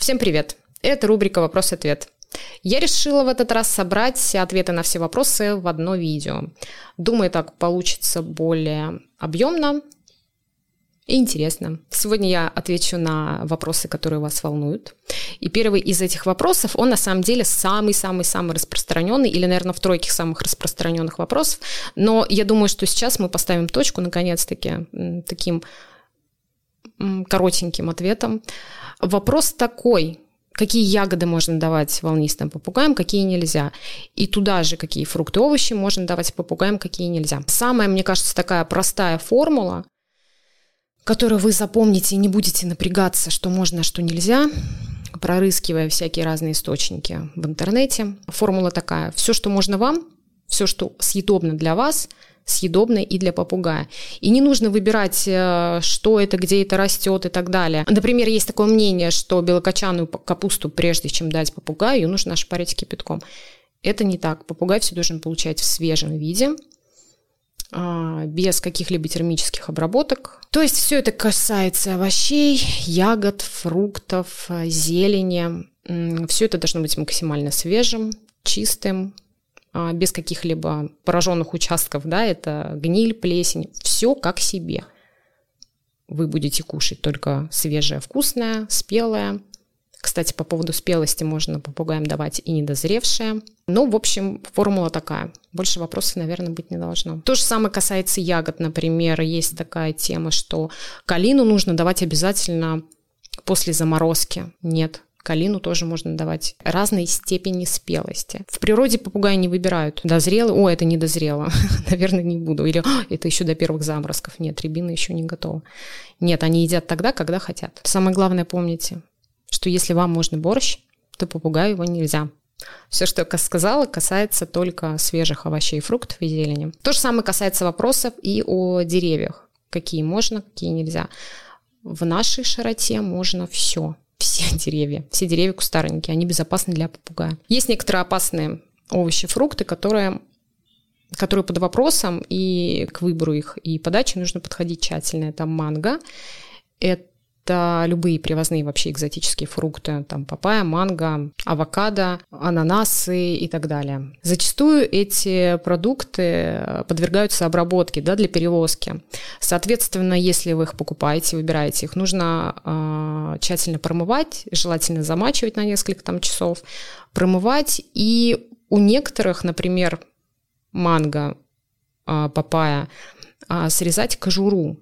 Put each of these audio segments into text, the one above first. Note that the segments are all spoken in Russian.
Всем привет! Это рубрика «Вопрос-ответ». Я решила в этот раз собрать ответы на все вопросы в одно видео. Думаю, так получится более объемно и интересно. Сегодня я отвечу на вопросы, которые вас волнуют. И первый из этих вопросов, он на самом деле самый-самый-самый распространенный, или, наверное, в тройке самых распространенных вопросов. Но я думаю, что сейчас мы поставим точку, наконец-таки, таким коротеньким ответом. Вопрос такой: какие ягоды можно давать волнистым попугаям, какие нельзя. И туда же, какие фрукты, овощи можно давать попугаям, какие нельзя. Самая, мне кажется, такая простая формула, которую вы запомните и не будете напрягаться, что можно, а что нельзя, прорыскивая всякие разные источники в интернете. Формула такая: все, что можно вам, все, что съедобно для вас, съедобно и для попугая. И не нужно выбирать, что это, где это растет и так далее. Например, есть такое мнение, что белокочанную капусту, прежде чем дать попугаю, ее нужно ошпарить кипятком. Это не так. Попугай все должен получать в свежем виде, без каких-либо термических обработок. То есть все это касается овощей, ягод, фруктов, зелени. Все это должно быть максимально свежим, чистым, без каких-либо пораженных участков, да, это гниль, плесень, все как себе. Вы будете кушать только свежее, вкусное, спелое. Кстати, по поводу спелости можно попугаям давать и недозревшее. Ну, в общем, формула такая. Больше вопросов, наверное, быть не должно. То же самое касается ягод. Например, есть такая тема, что калину нужно давать обязательно после заморозки. Нет. Калину тоже можно давать разной степени спелости. В природе попугаи не выбирают. Дозрело, это не дозрело, наверное, не буду. Или это еще до первых заморозков. Нет, рябина еще не готова. Нет, они едят тогда, когда хотят. Самое главное, помните, что если вам можно борщ, то попугаю его нельзя. Все, что я сказала, касается только свежих овощей, фруктов и зелени. То же самое касается вопросов и о деревьях. Какие можно, какие нельзя. В нашей широте можно все. Все деревья кустарники, они безопасны для попугая. Есть некоторые опасные овощи, фрукты, которые под вопросом, и к выбору их и подаче нужно подходить тщательно. Это манго, это любые привозные вообще экзотические фрукты, там папайя, манго, авокадо, ананасы и так далее. Зачастую эти продукты подвергаются обработке, да, для перевозки. Соответственно, если вы их покупаете, выбираете их, нужно тщательно промывать, желательно замачивать на несколько там часов, промывать. И у некоторых, например, манго, папайя, срезать кожуру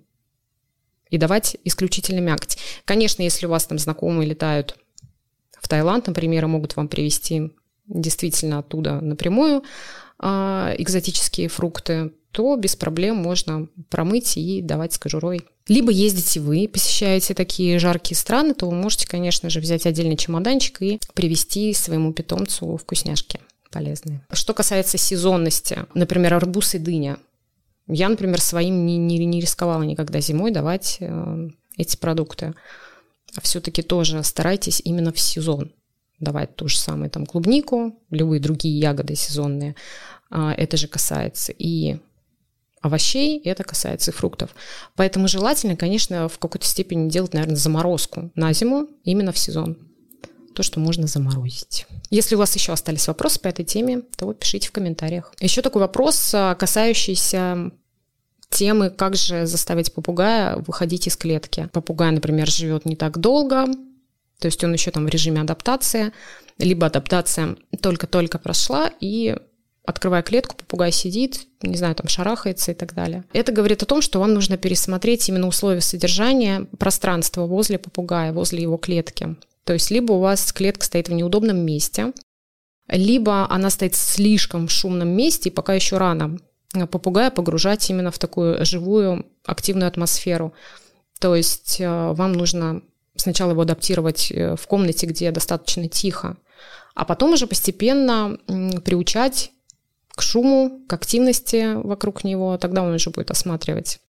и давать исключительно мякоть. Конечно, если у вас там знакомые летают в Таиланд, например, и могут вам привезти действительно оттуда напрямую экзотические фрукты, то без проблем можно промыть и давать с кожурой. Либо ездите вы, посещаете такие жаркие страны, то вы можете, конечно же, взять отдельный чемоданчик и привезти своему питомцу вкусняшки полезные. Что касается сезонности, например, арбуз и дыня. Я, например, своим не рисковала никогда зимой давать эти продукты. Все-таки тоже старайтесь именно в сезон давать ту же самую там клубнику, любые другие ягоды сезонные. Это же касается и овощей, это касается и фруктов. Поэтому желательно, конечно, в какой-то степени делать, наверное, заморозку на зиму именно в сезон. То, что можно заморозить. Если у вас еще остались вопросы по этой теме, то пишите в комментариях. Еще такой вопрос, касающийся темы, как же заставить попугая выходить из клетки. Попугай, например, живет не так долго, то есть он еще там в режиме адаптации, либо адаптация только-только прошла, и, открывая клетку, попугай сидит, не знаю, там шарахается и так далее. Это говорит о том, что вам нужно пересмотреть именно условия содержания, пространства возле попугая, возле его клетки. То есть либо у вас клетка стоит в неудобном месте, либо она стоит в слишком шумном месте, и пока еще рано попугая погружать именно в такую живую, активную атмосферу. То есть вам нужно сначала его адаптировать в комнате, где достаточно тихо, а потом уже постепенно приучать к шуму, к активности вокруг него. Тогда он уже будет осматривать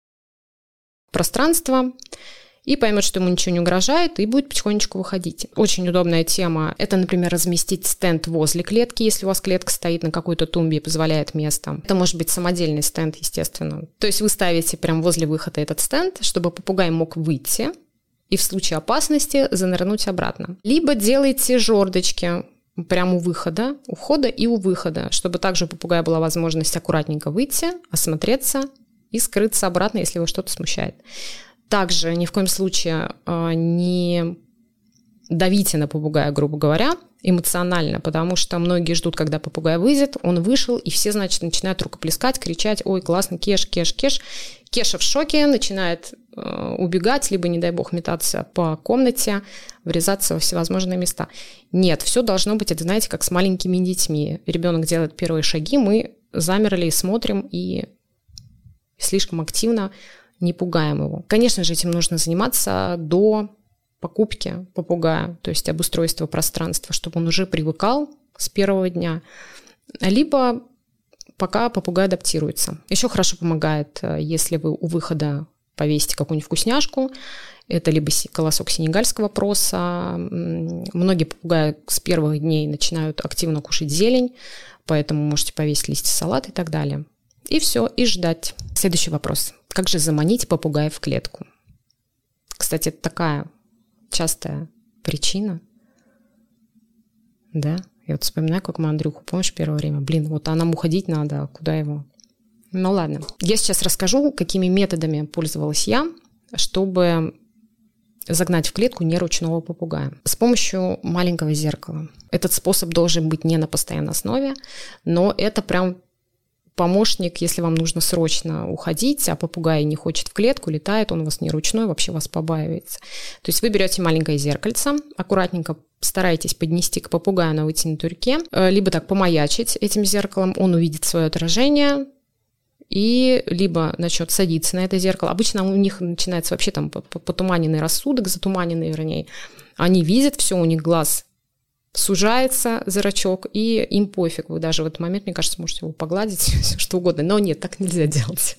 пространство и поймет, что ему ничего не угрожает, и будет потихонечку выходить. Очень удобная тема – это, например, разместить стенд возле клетки, если у вас клетка стоит на какой-то тумбе и позволяет место. Это может быть самодельный стенд, естественно. То есть вы ставите прямо возле выхода этот стенд, чтобы попугай мог выйти и в случае опасности занырнуть обратно. Либо делайте жердочки прямо у выхода, у входа и у выхода, чтобы также у попугая была возможность аккуратненько выйти, осмотреться и скрыться обратно, если его что-то смущает. Также ни в коем случае не давите на попугая, грубо говоря, эмоционально, потому что многие ждут, когда попугай выйдет, он вышел, и все, значит, начинают рукоплескать, кричать: ой, классно, Кеш, Кеш, Кеш. Кеша в шоке, начинает убегать, либо, не дай бог, метаться по комнате, врезаться во всевозможные места. Нет, все должно быть, это, знаете, как с маленькими детьми. Ребенок делает первые шаги, мы замерли и смотрим, и слишком активно не пугаем его. Конечно же, этим нужно заниматься до покупки попугая, то есть обустройства пространства, чтобы он уже привыкал с первого дня, либо пока попугай адаптируется. Еще хорошо помогает, если вы у выхода повесите какую-нибудь вкусняшку, это либо колосок сенегальского проса. Многие попугаи с первых дней начинают активно кушать зелень, поэтому можете повесить листья салата и так далее. И все, и ждать. Следующий вопрос. Как же заманить попугая в клетку? Кстати, это такая частая причина. Да, я вот вспоминаю, как мы Андрюху, помнишь, первое время? Вот а нам уходить надо, а куда его? Ну ладно. Я сейчас расскажу, какими методами пользовалась я, чтобы загнать в клетку неручного попугая. С помощью маленького зеркала. Этот способ должен быть не на постоянной основе, но это прям помощник, если вам нужно срочно уходить, а попугай не хочет в клетку, летает, он у вас не ручной, вообще вас побаивается. То есть вы берете маленькое зеркальце, аккуратненько стараетесь поднести к попугаю на вытянутой руке, либо так помаячить этим зеркалом, он увидит свое отражение и либо начнет садиться на это зеркало. Обычно у них начинается вообще там потуманенный рассудок, затуманенный, вернее. Они видят все, у них глаз сужается, зрачок, и им пофиг. Вы даже в этот момент, мне кажется, можете его погладить, все что угодно. Но нет, так нельзя делать.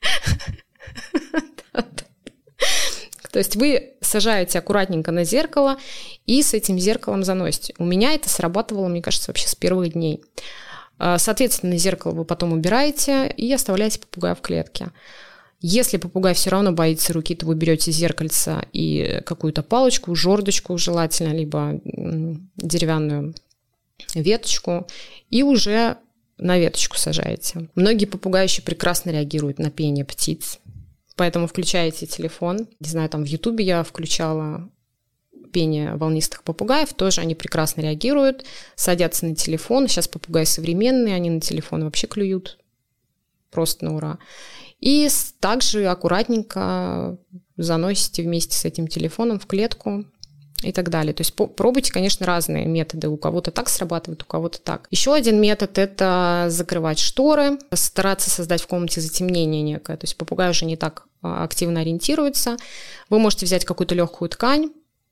То есть вы сажаете аккуратненько на зеркало и с этим зеркалом заносите. У меня это срабатывало, мне кажется, вообще с первых дней. Соответственно, зеркало вы потом убираете и оставляете попугая в клетке. Если попугай все равно боится руки, то вы берете зеркальце и какую-то палочку, жердочку желательно, либо деревянную веточку, и уже на веточку сажаете. Многие попугаи еще прекрасно реагируют на пение птиц, поэтому включаете телефон. Не знаю, там в Ютубе я включала пение волнистых попугаев, тоже они прекрасно реагируют, садятся на телефон. Сейчас попугаи современные, они на телефон вообще клюют просто на ура. И также аккуратненько заносите вместе с этим телефоном в клетку и так далее. То есть пробуйте, конечно, разные методы. У кого-то так срабатывает, у кого-то так. Еще один метод – это закрывать шторы, стараться создать в комнате затемнение некое. То есть попугай уже не так активно ориентируется. Вы можете взять какую-то легкую ткань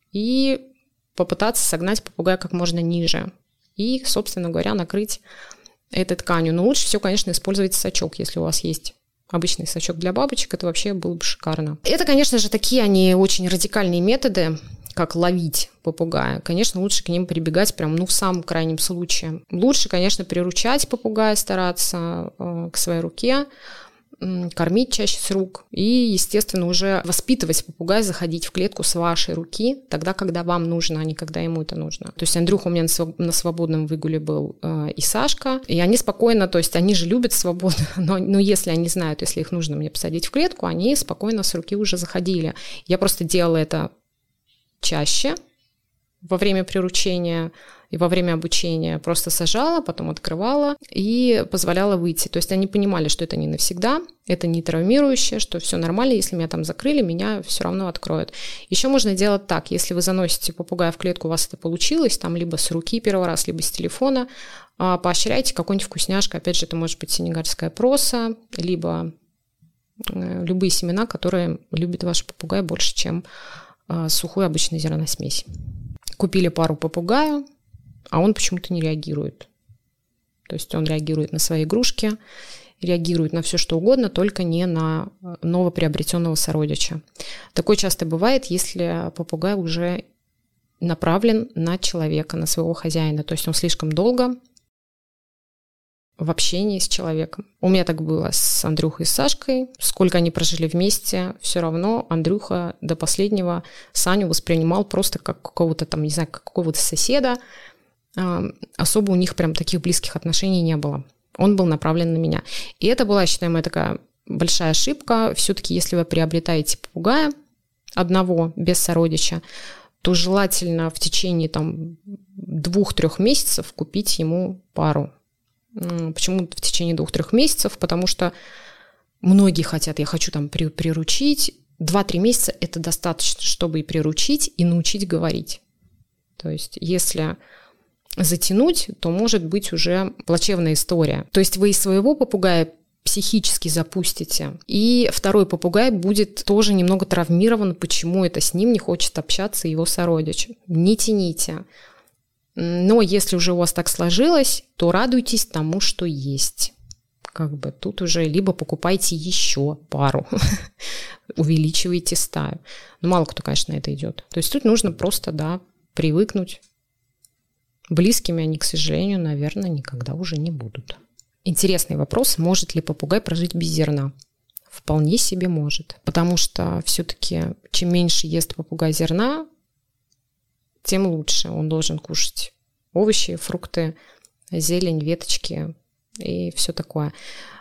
и попытаться согнать попугая как можно ниже. И, собственно говоря, накрыть этой тканью. Но лучше всего, конечно, использовать сачок, если у вас есть обычный сачок для бабочек, это вообще было бы шикарно. Это, конечно же, такие они очень радикальные методы, как ловить попугая. Конечно, лучше к ним прибегать прям, в самом крайнем случае. Лучше, конечно, приручать попугая, стараться к своей руке, кормить чаще с рук и, естественно, уже воспитывать попугая, заходить в клетку с вашей руки тогда, когда вам нужно, а не когда ему это нужно. То есть Андрюха у меня на свободном выгуле был и Сашка, и они спокойно, то есть они же любят свободу, но если они знают, если их нужно мне посадить в клетку, они спокойно с руки уже заходили. Я просто делала это чаще во время приручения и во время обучения. Просто сажала, потом открывала и позволяла выйти. То есть они понимали, что это не навсегда, это не травмирующее, что все нормально, если меня там закрыли, меня все равно откроют. Еще можно делать так, если вы заносите попугая в клетку, у вас это получилось, там либо с руки первый раз, либо с телефона, поощряйте какой-нибудь вкусняшкой, опять же, это может быть сенегальская проса, либо любые семена, которые любит ваш попугай больше, чем сухую обычную зерносмесь. Купили пару попугаю, а он почему-то не реагирует. То есть он реагирует на свои игрушки, реагирует на все, что угодно, только не на новоприобретенного сородича. Такое часто бывает, если попугай уже направлен на человека, на своего хозяина. То есть он слишком долго в общении с человеком. У меня так было с Андрюхой и Сашкой. Сколько они прожили вместе, все равно Андрюха до последнего Саню воспринимал просто как какого-то там, не знаю, как какого-то соседа. Особо у них прям таких близких отношений не было. Он был направлен на меня. И это была, я считаю, моя такая большая ошибка. Все-таки, если вы приобретаете попугая одного, без сородича, то желательно в течение там 2-3 месяцев купить ему пару. Почему в течение 2-3 месяцев? Потому что многие хотят, я хочу там приручить. 2-3 месяца это достаточно, чтобы и приручить, и научить говорить. То есть если затянуть, то может быть уже плачевная история. То есть вы из своего попугая психически запустите, и второй попугай будет тоже немного травмирован, почему это с ним не хочет общаться его сородич. Не тяните. Но если уже у вас так сложилось, то радуйтесь тому, что есть. Как бы тут уже либо покупайте еще пару, увеличивайте стаю. Но мало кто, конечно, на это идет. То есть тут нужно просто, да, привыкнуть. Близкими они, к сожалению, наверное, никогда уже не будут. Интересный вопрос, может ли попугай прожить без зерна? Вполне себе может. Потому что все-таки чем меньше ест попугай зерна, тем лучше. Он должен кушать овощи, фрукты, зелень, веточки и все такое.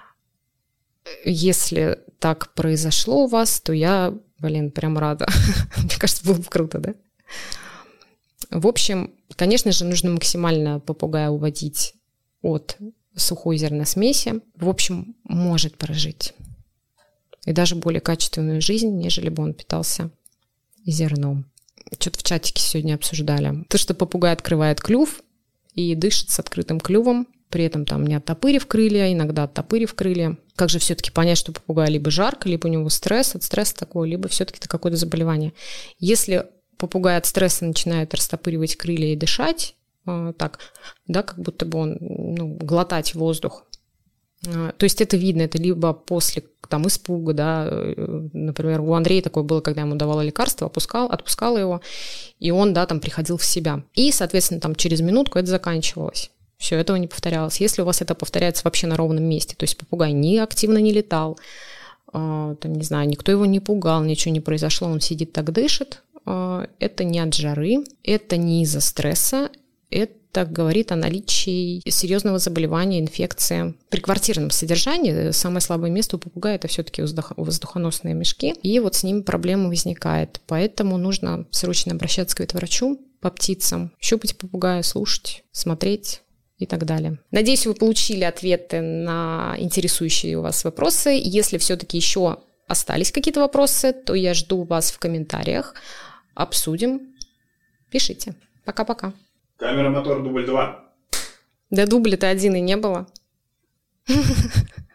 Если так произошло у вас, то я, прям рада. Мне кажется, было бы круто, да? В общем, конечно же, нужно максимально попугая уводить от сухой зерносмеси. В общем, может прожить. И даже более качественную жизнь, нежели бы он питался зерном. Что-то в чатике сегодня обсуждали. То, что попугай открывает клюв и дышит с открытым клювом, при этом там не оттопырив крылья, иногда оттопырив крылья. Как же все-таки понять, что попугай либо жарко, либо у него стресс, от стресса такой, либо все-таки это какое-то заболевание. Если попугай от стресса начинает растопыривать крылья и дышать, так, да, как будто бы он, глотать воздух. То есть это видно, это либо после там испуга, да, например, у Андрея такое было, когда ему давала лекарство, отпускала его, и он, да, там приходил в себя. И, соответственно, там через минутку это заканчивалось. Все, этого не повторялось. Если у вас это повторяется вообще на ровном месте, то есть попугай активно не летал, там, не знаю, никто его не пугал, ничего не произошло, он сидит так дышит, это не от жары, это не из-за стресса, это говорит о наличии серьезного заболевания, инфекции. При квартирном содержании самое слабое место у попугая – это все-таки воздухоносные мешки, и вот с ними проблема возникает. Поэтому нужно срочно обращаться к ветврачу по птицам, щупать попугая, слушать, смотреть и так далее. Надеюсь, вы получили ответы на интересующие вас вопросы. Если все-таки еще остались какие-то вопросы, то я жду вас в комментариях. Обсудим. Пишите. Пока-пока. Камера, мотор, дубль 2. Да дубля-то один и не было.